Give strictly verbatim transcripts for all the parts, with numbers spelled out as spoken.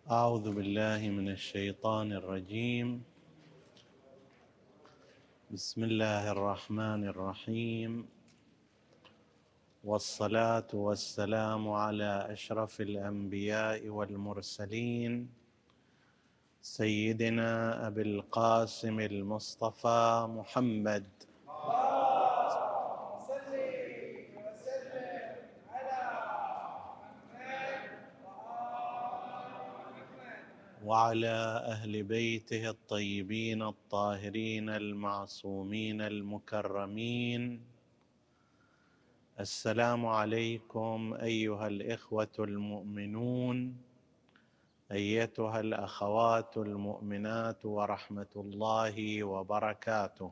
أعوذ بالله من الشيطان الرجيم. بسم الله الرحمن الرحيم، والصلاة والسلام على أشرف الأنبياء والمرسلين سيدنا أبي القاسم المصطفى محمد وعلى أهل بيته الطيبين الطاهرين المعصومين المكرمين. السلام عليكم أيها الإخوة المؤمنون، أيتها الأخوات المؤمنات، ورحمة الله وبركاته.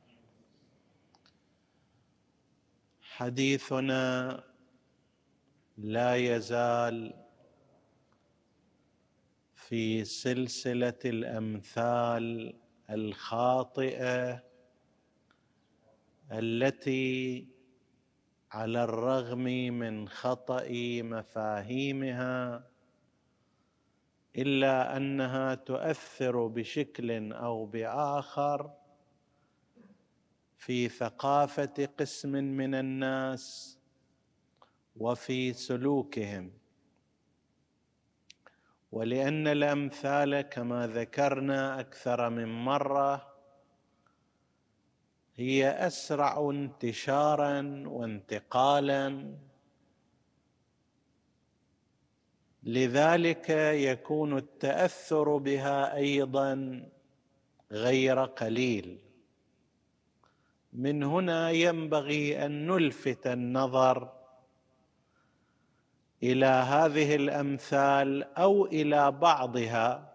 حديثنا لا يزال في سلسلة الأمثال الخاطئة التي على الرغم من خطأ مفاهيمها إلا أنها تؤثر بشكل أو بآخر في ثقافة قسم من الناس وفي سلوكهم. ولأن الأمثال كما ذكرنا أكثر من مرة هي أسرع انتشاراً وانتقالاً، لذلك يكون التأثر بها أيضاً غير قليل. من هنا ينبغي أن نلفت النظر إلى هذه الأمثال أو إلى بعضها.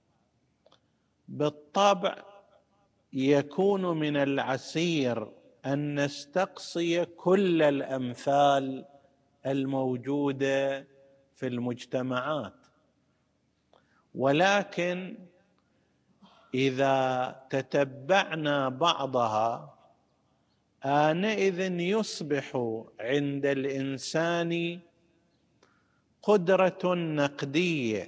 بالطبع يكون من العسير أن نستقصي كل الأمثال الموجودة في المجتمعات، ولكن إذا تتبعنا بعضها آنئذ يصبح عند الإنسان قدرة نقدية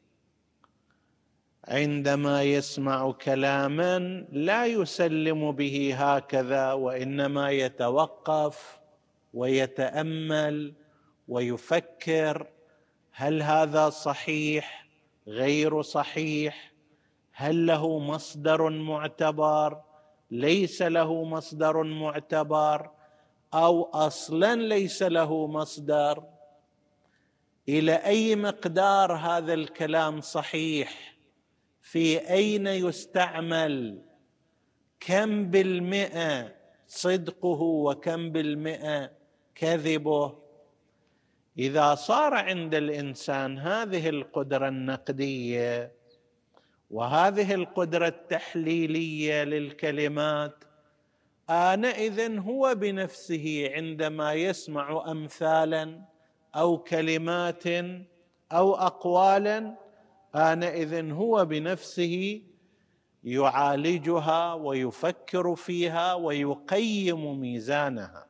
عندما يسمع كلاما لا يسلم به هكذا، وإنما يتوقف ويتأمل ويفكر: هل هذا صحيح؟ غير صحيح؟ هل له مصدر معتبر؟ ليس له مصدر معتبر؟ أو أصلا ليس له مصدر؟ إلى أي مقدار هذا الكلام صحيح؟ في أين يستعمل؟ كم بالمئة صدقه وكم بالمئة كذبه؟ إذا صار عند الإنسان هذه القدرة النقدية وهذه القدرة التحليلية للكلمات، آنئذ هو بنفسه عندما يسمع أمثالا أو كلمات أو أقوالا، آنئذ هو بنفسه يعالجها ويفكر فيها ويقيم ميزانها.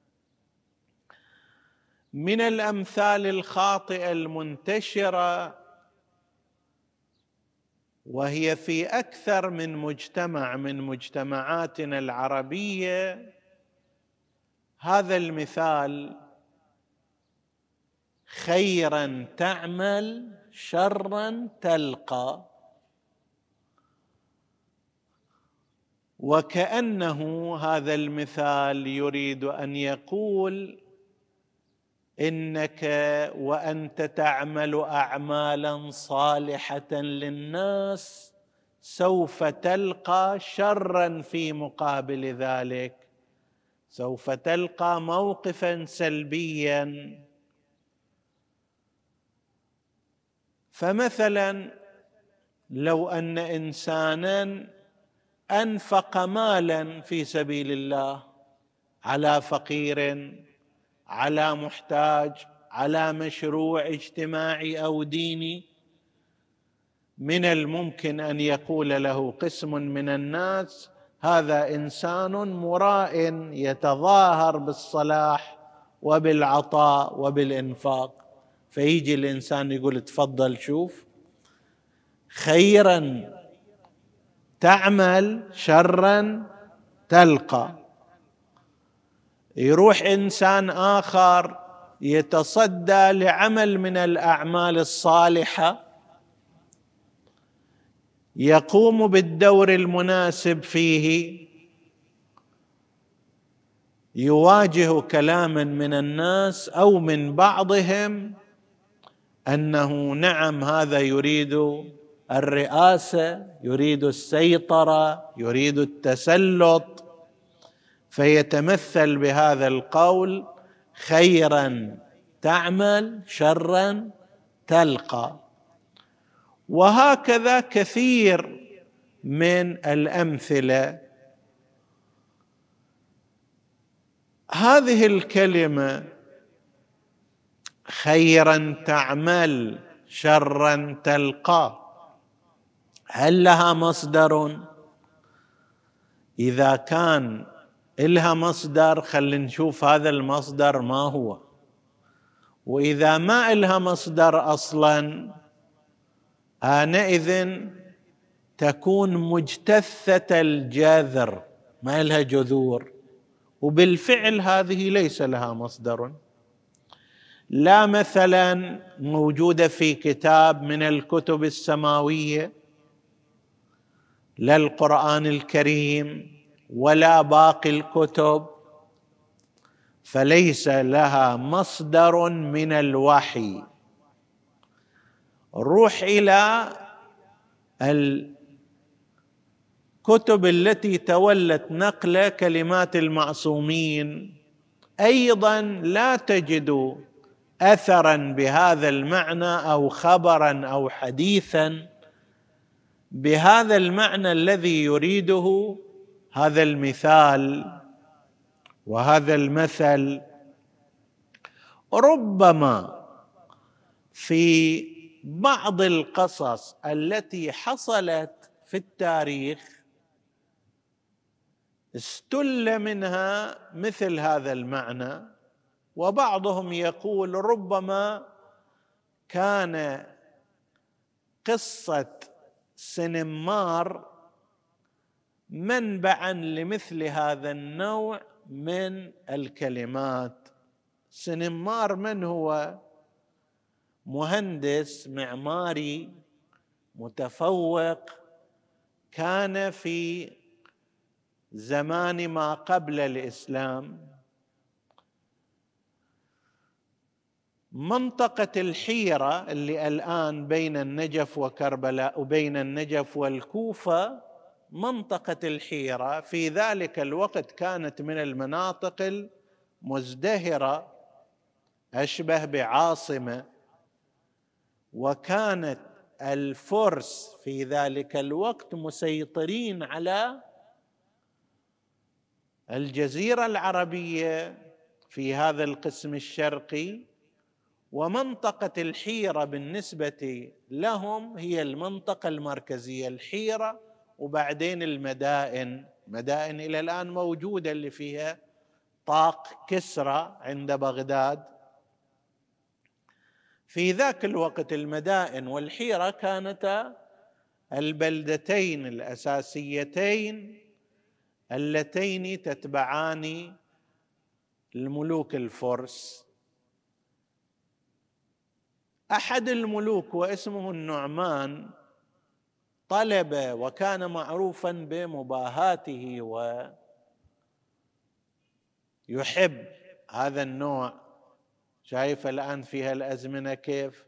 من الأمثال الخاطئة المنتشرة، وهي في أكثر من مجتمع من مجتمعاتنا العربية، هذا المثال: خيرا تعمل شرا تلقى. وكأنه هذا المثال يريد أن يقول إنك وأنت تعمل أعمالا صالحة للناس سوف تلقى شرا في مقابل ذلك، سوف تلقى موقفا سلبيا. فمثلا لو أن إنسانا أنفق مالا في سبيل الله على فقير، على محتاج، على مشروع اجتماعي أو ديني، من الممكن أن يقول له قسم من الناس: هذا إنسان مراء يتظاهر بالصلاح وبالعطاء وبالإنفاق. فيجي الإنسان يقول: تفضل شوف، خيرا تعمل شرا تلقى. يروح إنسان آخر يتصدى لعمل من الأعمال الصالحة، يقوم بالدور المناسب فيه، يواجه كلاما من الناس أو من بعضهم أنه نعم هذا يريد الرئاسة، يريد السيطرة، يريد التسلط، فيتمثل بهذا القول: خيرا تعمل شرا تلقى. وهكذا كثير من الأمثلة. هذه الكلمة خيرا تعمل شرا تلقى، هل لها مصدر؟ إذا كان إلها مصدر خلينا نشوف هذا المصدر ما هو، وإذا ما إلها مصدر أصلا آنئذ تكون مجتثة الجذر، ما إلها جذور، وبالفعل هذه ليس لها مصدر. لا مثلا موجودة في كتاب من الكتب السماوية، لا القرآن الكريم ولا باقي الكتب، فليس لها مصدر من الوحي. روح إلى الكتب التي تولت نقل كلمات المعصومين، أيضا لا تجد أثرا بهذا المعنى أو خبرا أو حديثا بهذا المعنى الذي يريده هذا المثال وهذا المثل. ربما في بعض القصص التي حصلت في التاريخ استل منها مثل هذا المعنى، وبعضهم يقول ربما كان قصة سنمار منبعا لمثل هذا النوع من الكلمات. سنمار من هو؟ مهندس معماري متفوق، كان في زمان ما قبل الإسلام. منطقة الحيرة اللي الآن بين النجف وكربلاء وبين النجف والكوفة، منطقة الحيرة في ذلك الوقت كانت من المناطق المزدهرة، أشبه بعاصمة، وكانت الفرس في ذلك الوقت مسيطرين على الجزيرة العربية في هذا القسم الشرقي، ومنطقة الحيرة بالنسبة لهم هي المنطقة المركزية، الحيرة وبعدين المدائن، مدائن إلى الآن موجودة اللي فيها طاق كسرى عند بغداد. في ذاك الوقت المدائن والحيرة كانتا البلدتين الأساسيتين اللتين تتبعان الملوك الفرس. أحد الملوك واسمه النعمان طلب، وكان معروفا بمباهاته ويحب هذا النوع. شايف الآن في هالأزمنة كيف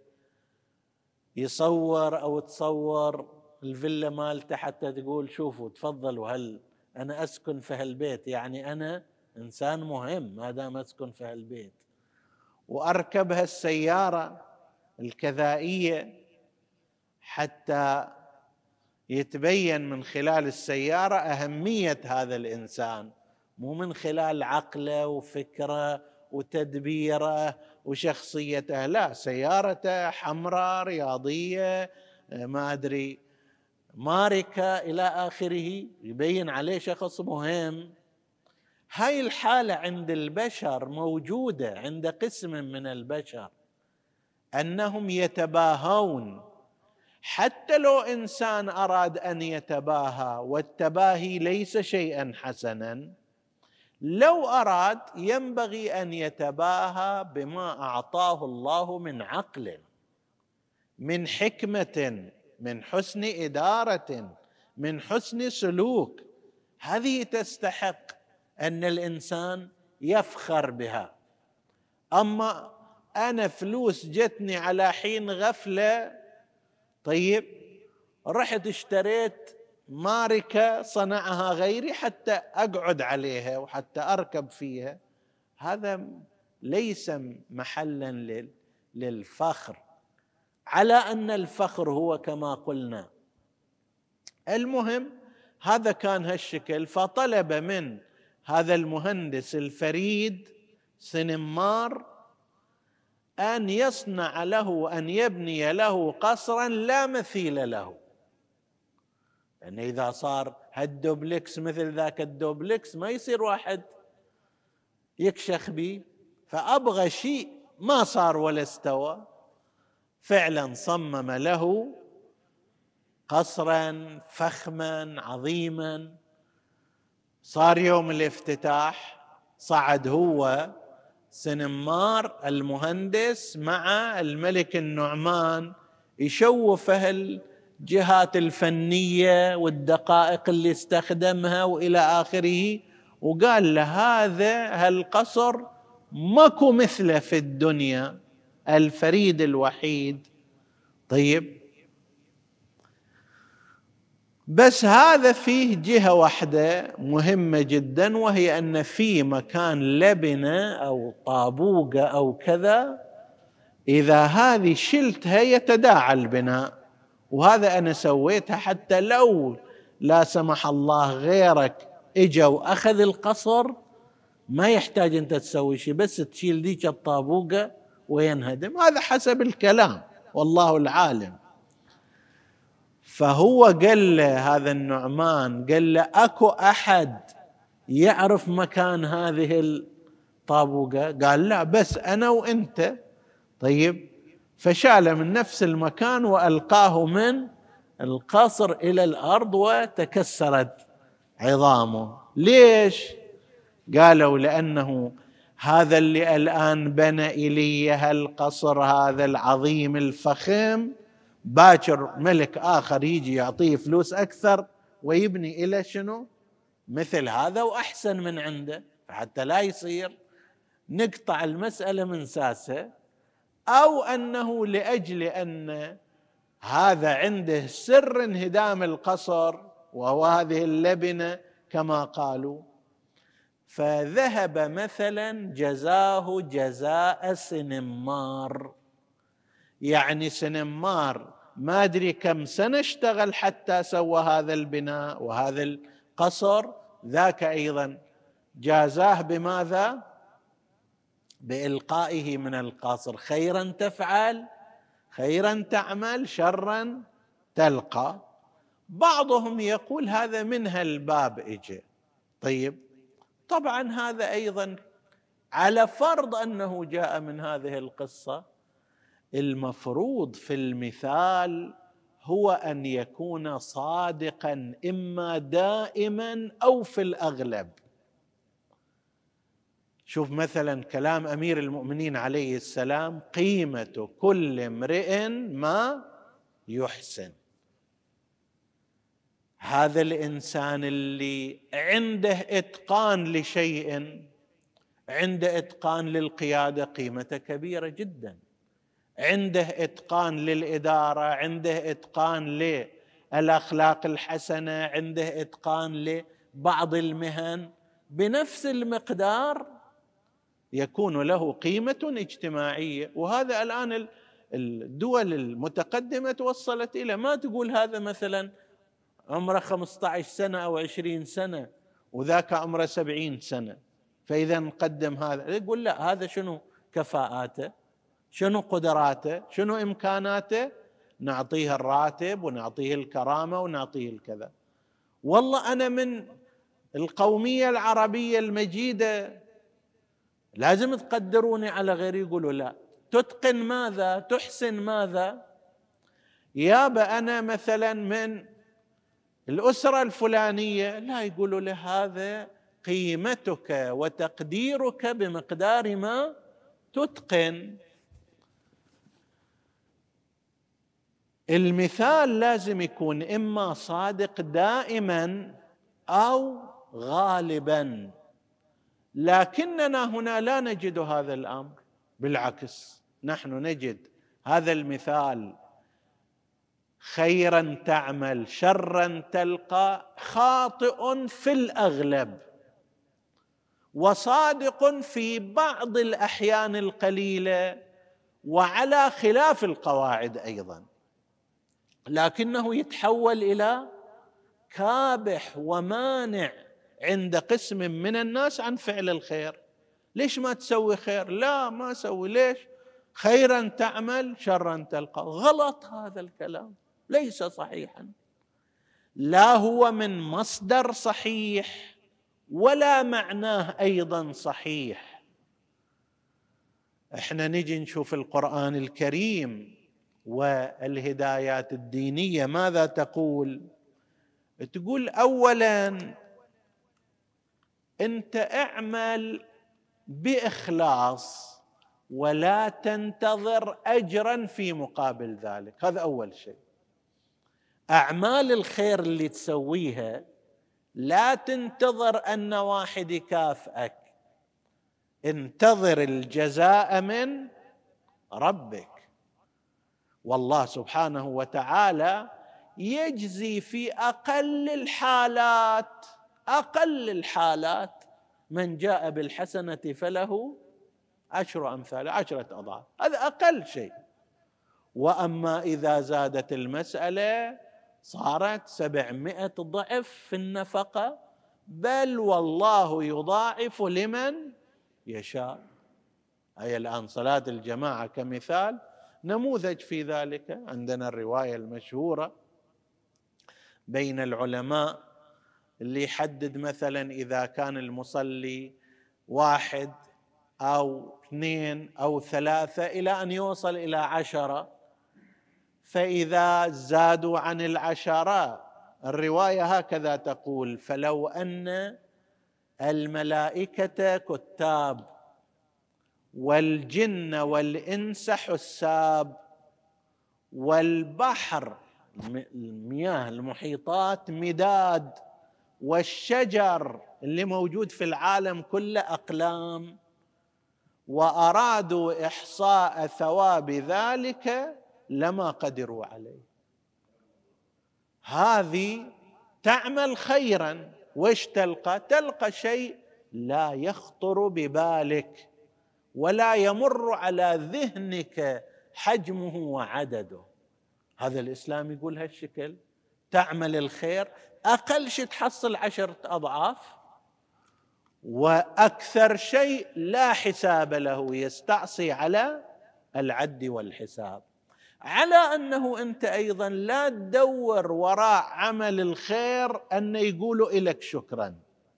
يصور أو تصور الفيلا مالته حتى تقول شوفوا تفضلوا، هل أنا أسكن في هالبيت، يعني أنا إنسان مهم ما دام أسكن في هالبيت، وأركب هالسيارة الكذائية حتى يتبين من خلال السيارة أهمية هذا الإنسان، مو من خلال عقله وفكره وتدبيره وشخصيته، لا، سيارته حمراء رياضية ما أدري ماركة إلى آخره، يبين عليه شخص مهم. هاي الحالة عند البشر موجودة عند قسم من البشر، أنهم يتباهون حتى لو إنسان أراد أن يتباهى، والتباهي ليس شيئا حسنا، لو أراد ينبغي أن يتباهى بما أعطاه الله من عقل، من حكمة، من حسن إدارة، من حسن سلوك. هذه تستحق أن الإنسان يفخر بها. أما أنا فلوس جتني على حين غفلة، طيب رحت اشتريت ماركة صنعها غيري حتى أقعد عليها وحتى أركب فيها، هذا ليس محلا للفخر، على أن الفخر هو كما قلنا. المهم هذا كان هالشكل. فطلب من هذا المهندس الفريد سنمار أن يصنع له، أن يبني له قصرا لا مثيل له. لأن يعني إذا صار هالدوبلكس مثل ذاك الدوبلكس ما يصير واحد يكشخ به، فأبغى شيء ما صار ولا استوى. فعلا صمم له قصرا فخما عظيما. صار يوم الافتتاح، صعد هو سنمار المهندس مع الملك النعمان يشوفه الجهات الفنية والدقائق اللي استخدمها وإلى آخره، وقال له هذا هالقصر ماكو مثله في الدنيا، الفريد الوحيد. طيب بس هذا فيه جهة واحدة مهمة جدا، وهي أن في مكان لبنة أو طابوقة أو كذا إذا هذه شلتها يتداعى البناء. وهذا أنا سويتها حتى لو لا سمح الله غيرك إجا وأخذ القصر ما يحتاج أنت تسوي شيء، بس تشيل ديك الطابوقة وينهدم. هذا حسب الكلام والله العالم. فهو قال له هذا النعمان، قال له أكو أحد يعرف مكان هذه الطابوقة؟ قال لا، بس أنا وأنت. طيب فشال من نفس المكان وألقاه من القصر إلى الأرض وتكسرت عظامه. ليش؟ قالوا لأنه هذا اللي الآن بنى إلي هالقصر هذا العظيم الفخم، باكر ملك آخر يجي يعطيه فلوس أكثر ويبني إلى شنو مثل هذا وأحسن من عنده. فحتى لا يصير نقطع المسألة من ساسها، أو أنه لأجل أن هذا عنده سر انهدام القصر وهو هذه اللبنة كما قالوا، فذهب مثلا جزاه جزاء سنمار. يعني سنمار ما أدري كم سنة اشتغل حتى سوى هذا البناء وهذا القصر، ذاك أيضا جازاه بماذا؟ بإلقائه من القصر. خيرا تفعل خيرا تعمل، شرا تلقى. بعضهم يقول هذا من هالباب إجا. طيب طبعا هذا أيضا على فرض أنه جاء من هذه القصة، المفروض في المثال هو أن يكون صادقا إما دائما أو في الأغلب. شوف مثلا كلام أمير المؤمنين عليه السلام: قيمة كل امرئ ما يحسن. هذا الإنسان اللي عنده إتقان لشيء، عنده إتقان للقيادة، قيمته كبيرة جدا. عنده إتقان للإدارة، عنده إتقان للأخلاق الحسنة، عنده إتقان لبعض المهن، بنفس المقدار يكون له قيمة اجتماعية. وهذا الآن الدول المتقدمة توصلت إلى، ما تقول هذا مثلا عمره خمسة عشر سنة أو عشرين سنة وذاك عمره سبعين سنة، فإذا نقدم هذا، يقول لا، هذا شنو كفاءاته، شنو قدراته، شنو إمكاناته، نعطيه الراتب ونعطيه الكرامة ونعطيه الكذا. والله أنا من القومية العربية المجيدة، لازم تقدروني على غيري. يقولوا لا، تتقن ماذا؟ تحسن ماذا؟ يابا أنا مثلا من الأسرة الفلانية، لا، يقولوا له هذا قيمتك وتقديرك بمقدار ما تتقن. المثال لازم يكون إما صادق دائما أو غالبا، لكننا هنا لا نجد هذا الأمر، بالعكس نحن نجد هذا المثال: خيرا تعمل شرا تلقى، خاطئ في الأغلب وصادق في بعض الأحيان القليلة وعلى خلاف القواعد أيضا، لكنه يتحول إلى كابح ومانع عند قسم من الناس عن فعل الخير. ليش ما تسوي خير؟ لا، ما أسوي. ليش؟ خيرا تعمل شرا تلقى. غلط هذا الكلام، ليس صحيحا، لا هو من مصدر صحيح ولا معناه أيضا صحيح. احنا نجي نشوف القرآن الكريم والهدايات الدينية ماذا تقول؟ تقول أولا أنت اعمل بإخلاص ولا تنتظر أجرا في مقابل ذلك. هذا أول شيء. أعمال الخير اللي تسويها لا تنتظر أن واحد يكافئك، انتظر الجزاء من ربك. والله سبحانه وتعالى يجزي في أقل الحالات أقل الحالات من جاء بالحسنة فله عشر أمثال، عشرة أضعاف، هذا أقل شيء. وأما إذا زادت المسألة صارت سبعمائة ضعف في النفقة، بل والله يضاعف لمن يشاء. هي الآن صلاة الجماعة كمثال نموذج في ذلك. عندنا الرواية المشهورة بين العلماء اللي يحدد مثلا إذا كان المصلي واحد أو اثنين أو ثلاثة إلى أن يوصل إلى عشرة، فإذا زادوا عن العشرة الرواية هكذا تقول: فلو أن الملائكة كتاب والجن والإنس حساب والبحر المياه المحيطات مداد والشجر اللي موجود في العالم كله أقلام، وأرادوا إحصاء ثواب ذلك لما قدروا عليه. هذه تعمل خيرا، وإيش تلقى؟ تلقى شيء لا يخطر ببالك ولا يمر على ذهنك حجمه وعدده. هذا الإسلام يقول هالشكل: تعمل الخير أقل شيء تحصل عشرة أضعاف، وأكثر شيء لا حساب له، يستعصي على العد والحساب. على أنه أنت أيضا لا تدور وراء عمل الخير أن يقولوا إليك شكرا،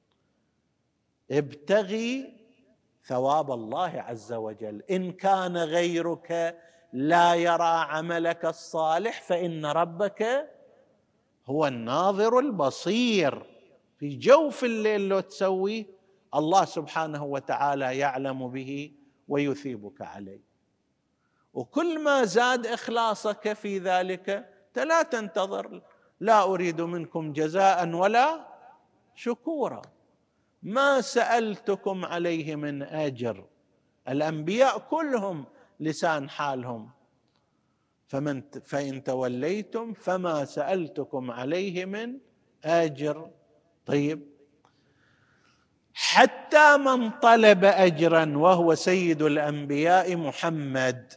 ابتغي ثواب الله عز وجل. إن كان غيرك لا يرى عملك الصالح فإن ربك هو الناظر البصير. في جوف الليل لو تسويه الله سبحانه وتعالى يعلم به ويثيبك عليه. وكل ما زاد إخلاصك في ذلك لا تنتظر: لا أريد منكم جزاء ولا شكورا، ما سألتكم عليه من أجر. الأنبياء كلهم لسان حالهم: فمن فإن توليتم فما سألتكم عليه من أجر. طيب، حتى من طلب أجرا وهو سيد الأنبياء محمد،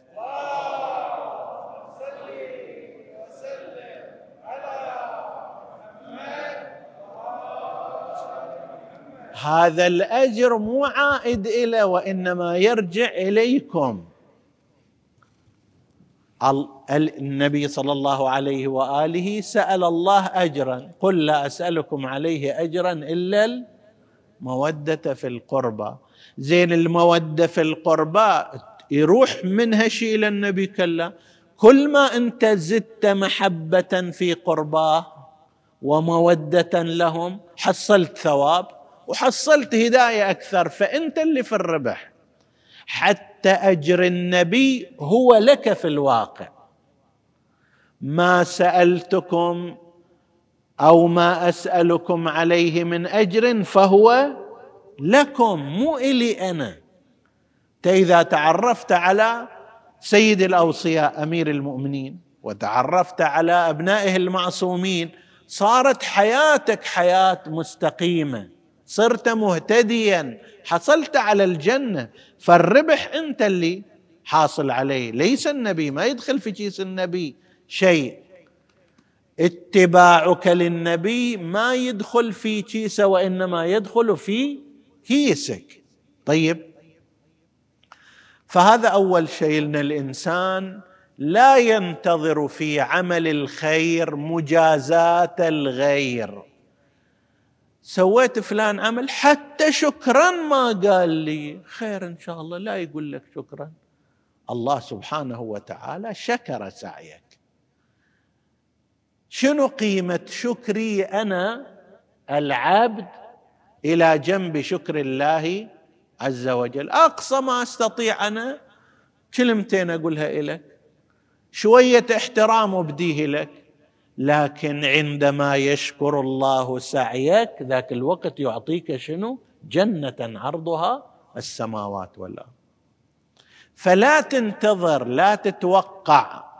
هذا الأجر مو عائد إليه وإنما يرجع إليكم. النبي صلى الله عليه وآله سأل الله أجرا: قل لا أسألكم عليه أجرا إلا المودة في القربى. زين، المودة في القربى يروح منها شيء إلى النبي؟ كلا، كل ما أنت زدت محبة في قرباه ومودة لهم حصلت ثواب وحصلت هداية أكثر، فأنت اللي في الربح. حتى أجر النبي هو لك في الواقع. ما سألتكم أو ما أسألكم عليه من أجر فهو لكم، مو إلي أنا. إذا تعرفت على سيد الأوصياء أمير المؤمنين وتعرفت على أبنائه المعصومين، صارت حياتك حياة مستقيمة، صرت مهتديا، حصلت على الجنة. فالربح أنت اللي حاصل عليه، ليس النبي، ما يدخل في كيس النبي شيء. اتباعك للنبي ما يدخل في كيسه وإنما يدخل في كيسك. طيب، فهذا أول شيء، أن الإنسان لا ينتظر في عمل الخير مجازاة الغير. سويت فلان عمل حتى شكرا ما قال لي خير إن شاء الله، لا يقول لك شكرا. الله سبحانه وتعالى شكر سعيك. شنو قيمة شكري أنا العبد إلى جنب شكر الله عز وجل؟ أقصى ما أستطيع أنا كلمتين أقولها إليك، شوية احترام أبديه لك، لكن عندما يشكر الله سعيك ذاك الوقت يعطيك شنو؟ جنة عرضها السماوات والأرض. فلا تنتظر، لا تتوقع.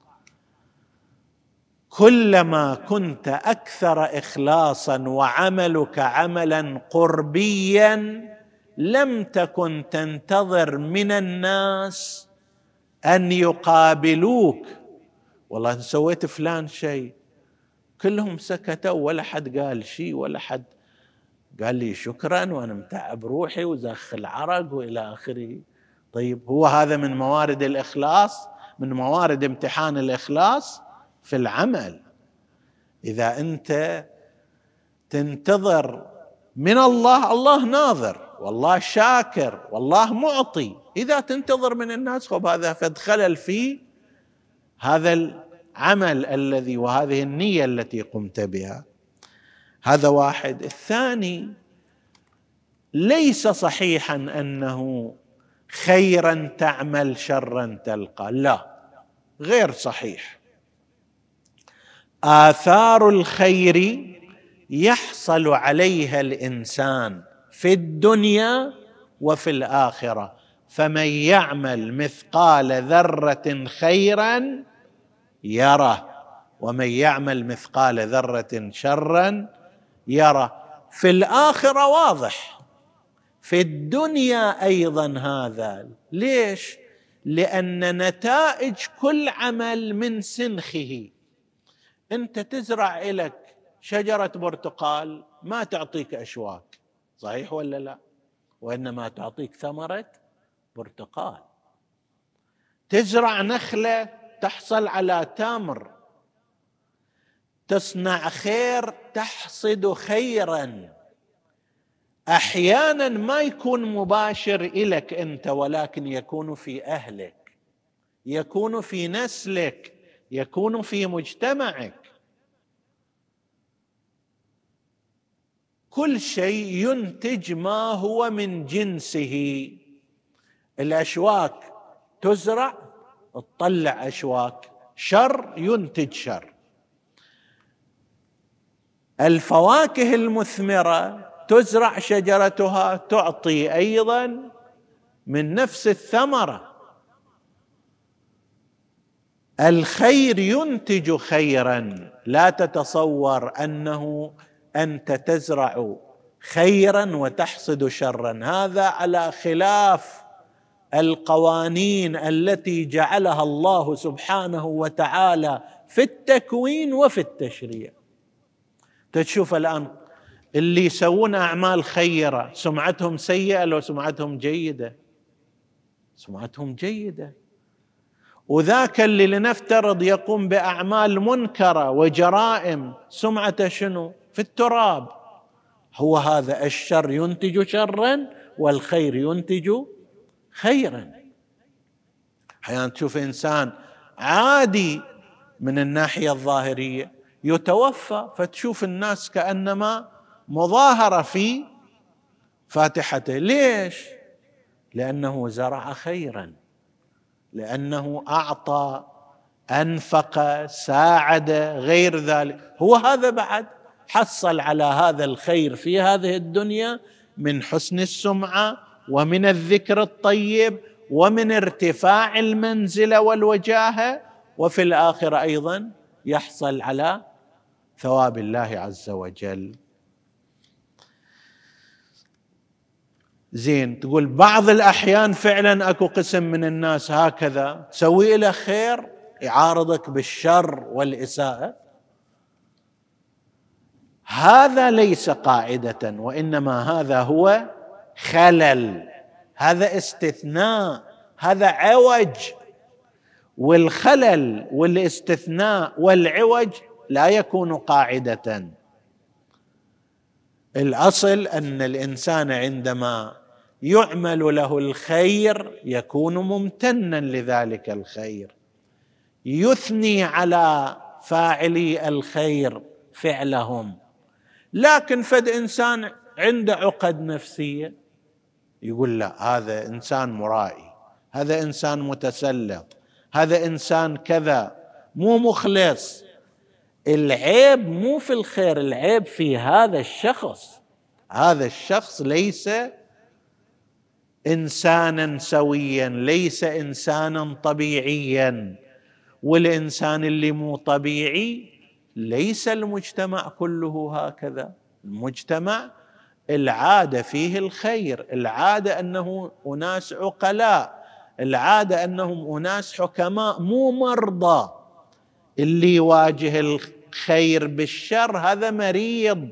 كلما كنت أكثر إخلاصا وعملك عملا قربيا لم تكن تنتظر من الناس أن يقابلوك. والله سويت فلان شيء، كلهم سكتوا، ولا حد قال شيء، ولا حد قال لي شكرا وأنا متعب روحي وزخ العرق وإلى آخره. طيب، هو هذا من موارد الإخلاص، من موارد امتحان الإخلاص في العمل. إذا أنت تنتظر من الله، الله ناظر والله شاكر والله معطي. إذا تنتظر من الناس خب هذا فد خلل في هذا العمل الذي وهذه النية التي قمت بها. هذا واحد. الثاني، ليس صحيحا أنه خيرا تعمل شرا تلقى، لا، غير صحيح. آثار الخير يحصل عليها الإنسان في الدنيا وفي الآخرة. فمن يعمل مثقال ذرة خيرا يره، ومن يعمل مثقال ذرة شرا يره. في الآخرة واضح، في الدنيا أيضا هذا. ليش؟ لأن نتائج كل عمل من سنخه. أنت تزرع إلك شجرة برتقال ما تعطيك أشواك، صحيح ولا لا؟ وإنما تعطيك ثمرة برتقال. تزرع نخلة تحصل على تمر. تصنع خير تحصد خيرا. أحيانا ما يكون مباشر إليك أنت، ولكن يكون في أهلك، يكون في نسلك، يكون في مجتمعك. كل شيء ينتج ما هو من جنسه. الأشواك تزرع تطلع أشواك، شر ينتج شر. الفواكه المثمرة تزرع شجرتها تعطي أيضا من نفس الثمرة. الخير ينتج خيرا. لا تتصور أنه أنت تزرع خيرا وتحصد شرا، هذا على خلاف القوانين التي جعلها الله سبحانه وتعالى في التكوين وفي التشريع. تشوف الآن اللي يسوون أعمال خيرة سمعتهم سيئة لو سمعتهم جيدة؟ سمعتهم جيدة. وذاك اللي لنفترض يقوم بأعمال منكرة وجرائم سمعته شنو؟ في التراب. هو هذا الشر ينتج شرا والخير ينتج خيرا. أحيانا تشوف إنسان عادي من الناحية الظاهرية، يتوفى فتشوف الناس كأنما مظاهرة في فاتحته. ليش؟ لأنه زرع خيرا، لأنه أعطى، أنفق، ساعد، غير ذلك. هو هذا بعد حصل على هذا الخير في هذه الدنيا من حسن السمعة ومن الذكر الطيب ومن ارتفاع المنزلة والوجاهة، وفي الآخرة أيضا يحصل على ثواب الله عز وجل. زين، تقول بعض الأحيان فعلا أكو قسم من الناس هكذا تسوي له خير يعارضك بالشر والإساءة. هذا ليس قاعدة، وإنما هذا هو خلل، هذا استثناء، هذا عوج. والخلل والاستثناء والعوج لا يكون قاعدة. الأصل أن الإنسان عندما يعمل له الخير يكون ممتنا لذلك الخير، يثني على فاعلي الخير فعلهم. لكن فد إنسان عنده عقد نفسية يقول لا، هذا إنسان مرائي، هذا إنسان متسلط، هذا إنسان كذا، مو مخلص. العيب مو في الخير، العيب في هذا الشخص. هذا الشخص ليس إنسانا سويا، ليس إنسانا طبيعيا. والإنسان اللي مو طبيعي ليس المجتمع كله هكذا. المجتمع العادة فيه الخير، العادة أنه أناس عقلاء، العادة أنهم أناس حكماء مو مرضى. اللي يواجه الخير بالشر هذا مريض.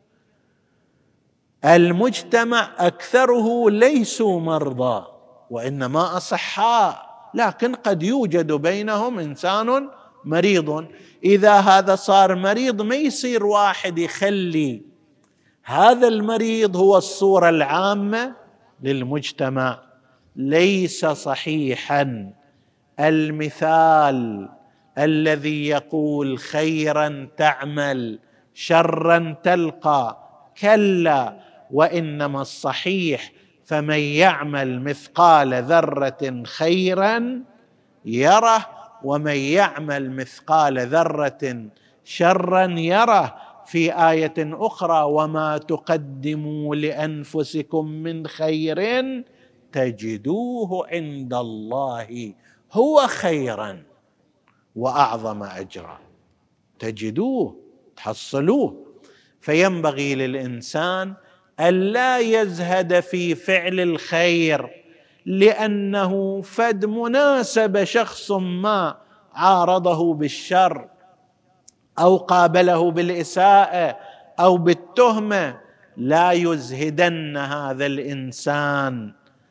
المجتمع أكثره ليسوا مرضى وإنما أصحاء، لكن قد يوجد بينهم إنسان مريض. إذا هذا صار مريض ما يصير واحد يخلي هذا المريض هو الصورة العامة للمجتمع. ليس صحيحا المثال الذي يقول خيرا تعمل شرا تلقى، كلا، وإنما الصحيح فمن يعمل مثقال ذرة خيرا يره ومن يعمل مثقال ذرة شرا يره. في آية أخرى وما تقدموا لأنفسكم من خير تجدوه عند الله هو خيرا وأعظم أجرا. تجدوه، تحصلوه. فينبغي للإنسان ألا يزهد في فعل الخير لأنه فد مناسب شخص ما عارضه بالشر أو قابله بالإساءة أو بالتهمة. لا يزهدن هذا الإنسان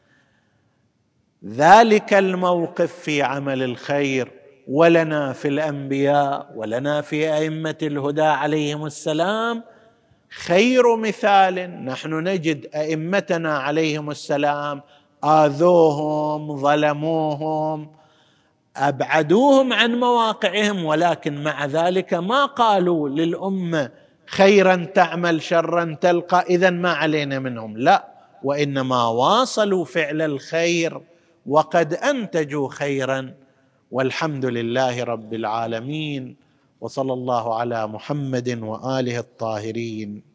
ذلك الموقف في عمل الخير. ولنا في الأنبياء ولنا في أئمة الهدى عليهم السلام خير مثال. نحن نجد أئمتنا عليهم السلام آذوهم، ظلموهم، أبعدوهم عن مواقعهم، ولكن مع ذلك ما قالوا للأمة خيرا تعمل شرا تلقى إذن ما علينا منهم، لا، وإنما واصلوا فعل الخير وقد أنتجوا خيرا. والحمد لله رب العالمين، وصلى الله على محمد وآله الطاهرين.